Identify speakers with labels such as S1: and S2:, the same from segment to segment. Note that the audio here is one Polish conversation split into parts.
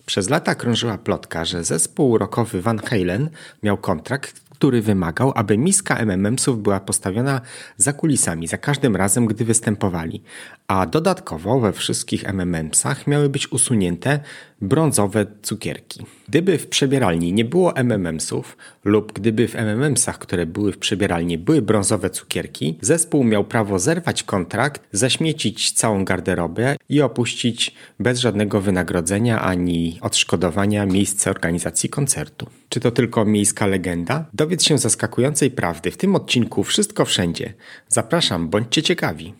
S1: Przez lata krążyła plotka, że zespół rockowy Van Halen miał kontrakt, który wymagał, aby miska MMMsów była postawiona za kulisami za każdym razem, gdy występowali, a dodatkowo we wszystkich MMMsach miały być usunięte brązowe cukierki. Gdyby w przebieralni nie było MMMsów lub gdyby w MMMsach, które były w przebieralni, były brązowe cukierki, zespół miał prawo zerwać kontrakt, zaśmiecić całą garderobę i opuścić bez żadnego wynagrodzenia ani odszkodowania miejsce organizacji koncertu. Czy to tylko miejska legenda? Dowiedz się zaskakującej prawdy w tym odcinku Wszystko Wszędzie. Zapraszam, bądźcie ciekawi.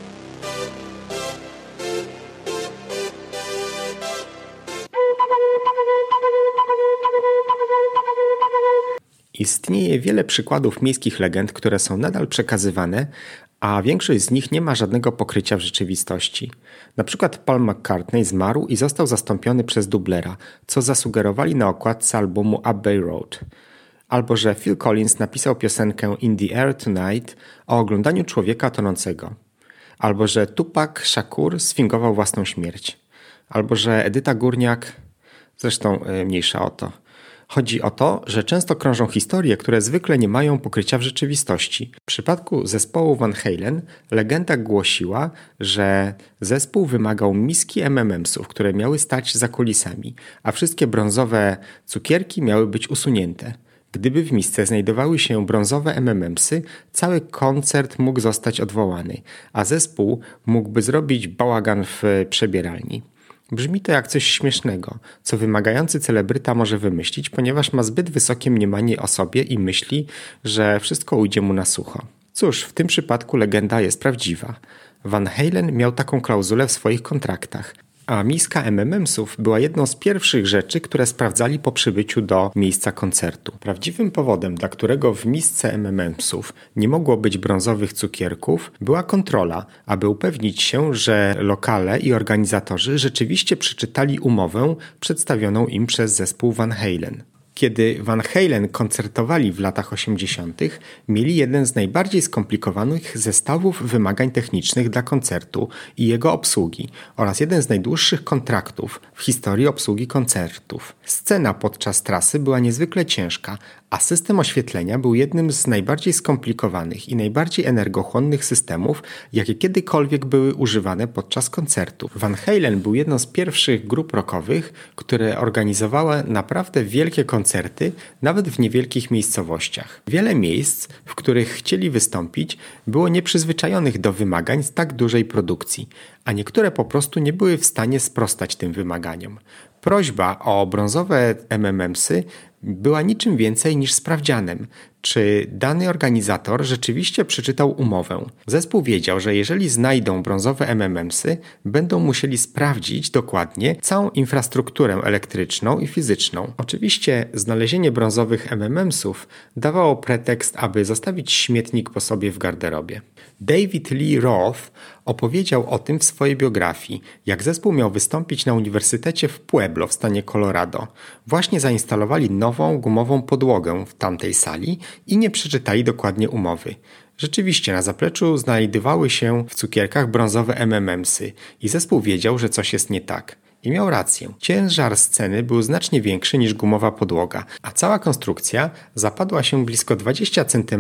S1: Istnieje wiele przykładów miejskich legend, które są nadal przekazywane, a większość z nich nie ma żadnego pokrycia w rzeczywistości. Na przykład Paul McCartney zmarł i został zastąpiony przez dublera, co zasugerowali na okładce albumu Abbey Road. Albo że Phil Collins napisał piosenkę In the Air Tonight o oglądaniu człowieka tonącego. Albo że Tupac Shakur sfingował własną śmierć. Albo że Edyta Górniak... Zresztą mniejsza o to. Chodzi o to, że często krążą historie, które zwykle nie mają pokrycia w rzeczywistości. W przypadku zespołu Van Halen legenda głosiła, że zespół wymagał miski MMMsów, które miały stać za kulisami, a wszystkie brązowe cukierki miały być usunięte. Gdyby w misce znajdowały się brązowe MMMsy, cały koncert mógł zostać odwołany, a zespół mógłby zrobić bałagan w przebieralni. Brzmi to jak coś śmiesznego, co wymagający celebryta może wymyślić, ponieważ ma zbyt wysokie mniemanie o sobie i myśli, że wszystko ujdzie mu na sucho. Cóż, w tym przypadku legenda jest prawdziwa. Van Halen miał taką klauzulę w swoich kontraktach, a miska MMMsów była jedną z pierwszych rzeczy, które sprawdzali po przybyciu do miejsca koncertu. Prawdziwym powodem, dla którego w misce MMMsów nie mogło być brązowych cukierków, była kontrola, aby upewnić się, że lokale i organizatorzy rzeczywiście przeczytali umowę przedstawioną im przez zespół Van Halen. Kiedy Van Halen koncertowali w latach 80., mieli jeden z najbardziej skomplikowanych zestawów wymagań technicznych dla koncertu i jego obsługi oraz jeden z najdłuższych kontraktów w historii obsługi koncertów. Scena podczas trasy była niezwykle ciężka, a system oświetlenia był jednym z najbardziej skomplikowanych i najbardziej energochłonnych systemów, jakie kiedykolwiek były używane podczas koncertu. Van Halen był jedną z pierwszych grup rockowych, które organizowały naprawdę wielkie koncerty, nawet w niewielkich miejscowościach. Wiele miejsc, w których chcieli wystąpić, było nieprzyzwyczajonych do wymagań z tak dużej produkcji, a niektóre po prostu nie były w stanie sprostać tym wymaganiom. Prośba o brązowe MMMsy była niczym więcej niż sprawdzianem, czy dany organizator rzeczywiście przeczytał umowę. Zespół wiedział, że jeżeli znajdą brązowe MMMsy, będą musieli sprawdzić dokładnie całą infrastrukturę elektryczną i fizyczną. Oczywiście znalezienie brązowych MMMsów dawało pretekst, aby zostawić śmietnik po sobie w garderobie. David Lee Roth opowiedział o tym w swojej biografii, jak zespół miał wystąpić na uniwersytecie w Pueblo w stanie Colorado. Właśnie zainstalowali nową gumową podłogę w tamtej sali i nie przeczytali dokładnie umowy. Rzeczywiście na zapleczu znajdowały się w cukierkach brązowe MMMsy i zespół wiedział, że coś jest nie tak. I miał rację. Ciężar sceny był znacznie większy niż gumowa podłoga, a cała konstrukcja zapadła się blisko 20 cm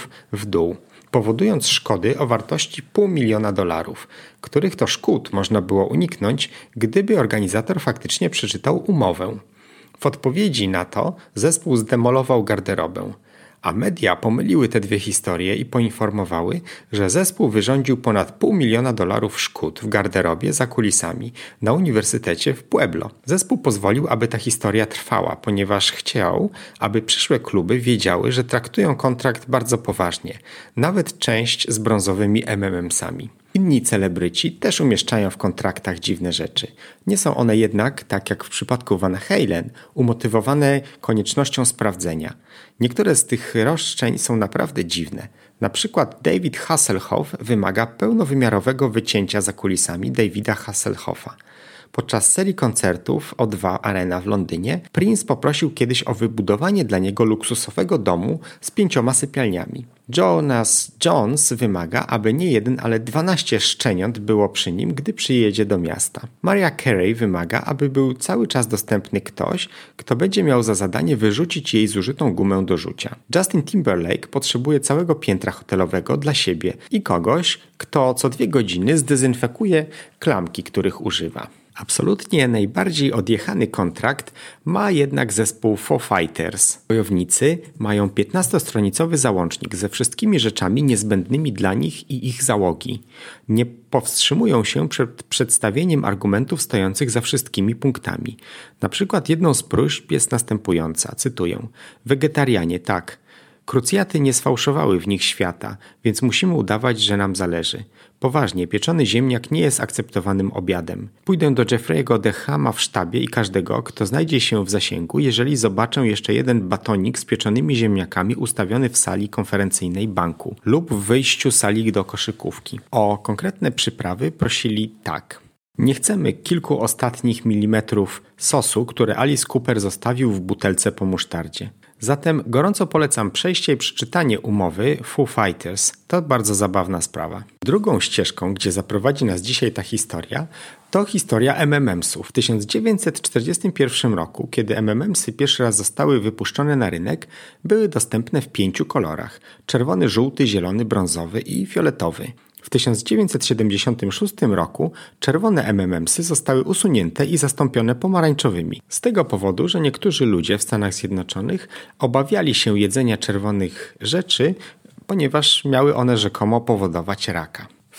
S1: w dół, powodując szkody o wartości $500,000, których to szkód można było uniknąć, gdyby organizator faktycznie przeczytał umowę. W odpowiedzi na to zespół zdemolował garderobę, a media pomyliły te dwie historie i poinformowały, że zespół wyrządził ponad $500,000 szkód w garderobie za kulisami na uniwersytecie w Pueblo. Zespół pozwolił, aby ta historia trwała, ponieważ chciał, aby przyszłe kluby wiedziały, że traktują kontrakt bardzo poważnie, nawet część z brązowymi MMMsami. Inni celebryci też umieszczają w kontraktach dziwne rzeczy. Nie są one jednak, tak jak w przypadku Van Halen, umotywowane koniecznością sprawdzenia. Niektóre z tych roszczeń są naprawdę dziwne. Na przykład David Hasselhoff wymaga pełnowymiarowego wycięcia za kulisami Davida Hasselhoffa. Podczas serii koncertów O2 Arena w Londynie Prince poprosił kiedyś o wybudowanie dla niego luksusowego domu z 5 sypialniami. Jonas wymaga, aby nie 1, ale 12 szczeniąt było przy nim, gdy przyjedzie do miasta. Mariah Carey wymaga, aby był cały czas dostępny ktoś, kto będzie miał za zadanie wyrzucić jej zużytą gumę do rzucia. Justin Timberlake potrzebuje całego piętra hotelowego dla siebie i kogoś, kto co 2 godziny zdezynfekuje klamki, których używa. Absolutnie najbardziej odjechany kontrakt ma jednak zespół Foo Fighters. Bojownicy mają 15-stronicowy załącznik ze wszystkimi rzeczami niezbędnymi dla nich i ich załogi. Nie powstrzymują się przed przedstawieniem argumentów stojących za wszystkimi punktami. Na przykład jedną z próśb jest następująca, cytuję: wegetarianie, tak. Krucjaty nie sfałszowały w nich świata, więc musimy udawać, że nam zależy. Poważnie, pieczony ziemniak nie jest akceptowanym obiadem. Pójdę do Jeffrey'ego Dehama w sztabie i każdego, kto znajdzie się w zasięgu, jeżeli zobaczę jeszcze jeden batonik z pieczonymi ziemniakami ustawiony w sali konferencyjnej banku lub w wyjściu sali do koszykówki. O konkretne przyprawy prosili tak. Nie chcemy kilku ostatnich milimetrów sosu, które Alice Cooper zostawił w butelce po musztardzie. Zatem gorąco polecam przejście i przeczytanie umowy Foo Fighters. To bardzo zabawna sprawa. Drugą ścieżką, gdzie zaprowadzi nas dzisiaj ta historia, to historia M&M'sów. W 1941 roku, kiedy M&M'sy pierwszy raz zostały wypuszczone na rynek, były dostępne w 5 kolorach: czerwony, żółty, zielony, brązowy i fioletowy. W 1976 roku czerwone M&M'sy zostały usunięte i zastąpione pomarańczowymi. Z tego powodu, że niektórzy ludzie w Stanach Zjednoczonych obawiali się jedzenia czerwonych rzeczy, ponieważ miały one rzekomo powodować raka. W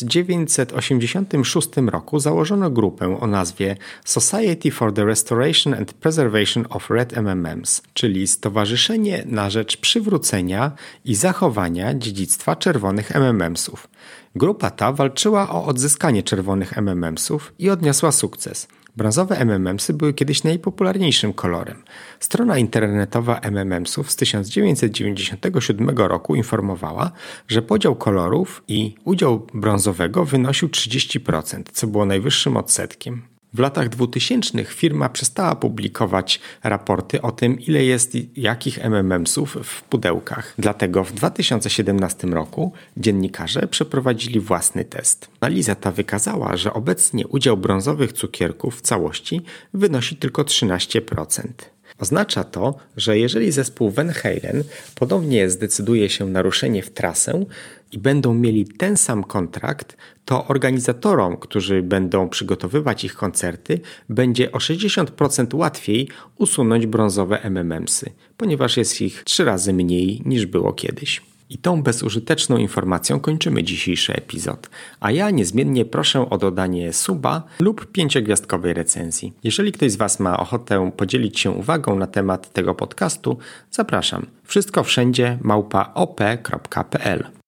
S1: 1986 roku założono grupę o nazwie Society for the Restoration and Preservation of Red M&Ms, czyli Stowarzyszenie na rzecz przywrócenia i zachowania dziedzictwa czerwonych M&M'sów. Grupa ta walczyła o odzyskanie czerwonych M&M'sów i odniosła sukces. Brązowe M&M'sy były kiedyś najpopularniejszym kolorem. Strona internetowa M&M'sów z 1997 roku informowała, że podział kolorów i udział brązowego wynosił 30%, co było najwyższym odsetkiem. W latach 2000 firma przestała publikować raporty o tym, ile jest jakich M&M'sów w pudełkach. Dlatego w 2017 roku dziennikarze przeprowadzili własny test. Analiza ta wykazała, że obecnie udział brązowych cukierków w całości wynosi tylko 13%. Oznacza to, że jeżeli zespół Van Halen ponownie zdecyduje się na ruszenie w trasę i będą mieli ten sam kontrakt, to organizatorom, którzy będą przygotowywać ich koncerty, będzie o 60% łatwiej usunąć brązowe M&M'sy, ponieważ jest ich 3 razy mniej niż było kiedyś. I tą bezużyteczną informacją kończymy dzisiejszy epizod, a ja niezmiennie proszę o dodanie suba lub 5-gwiazdkowej recenzji. Jeżeli ktoś z Was ma ochotę podzielić się uwagą na temat tego podcastu, zapraszam. Wszystko wszędzie @op.pl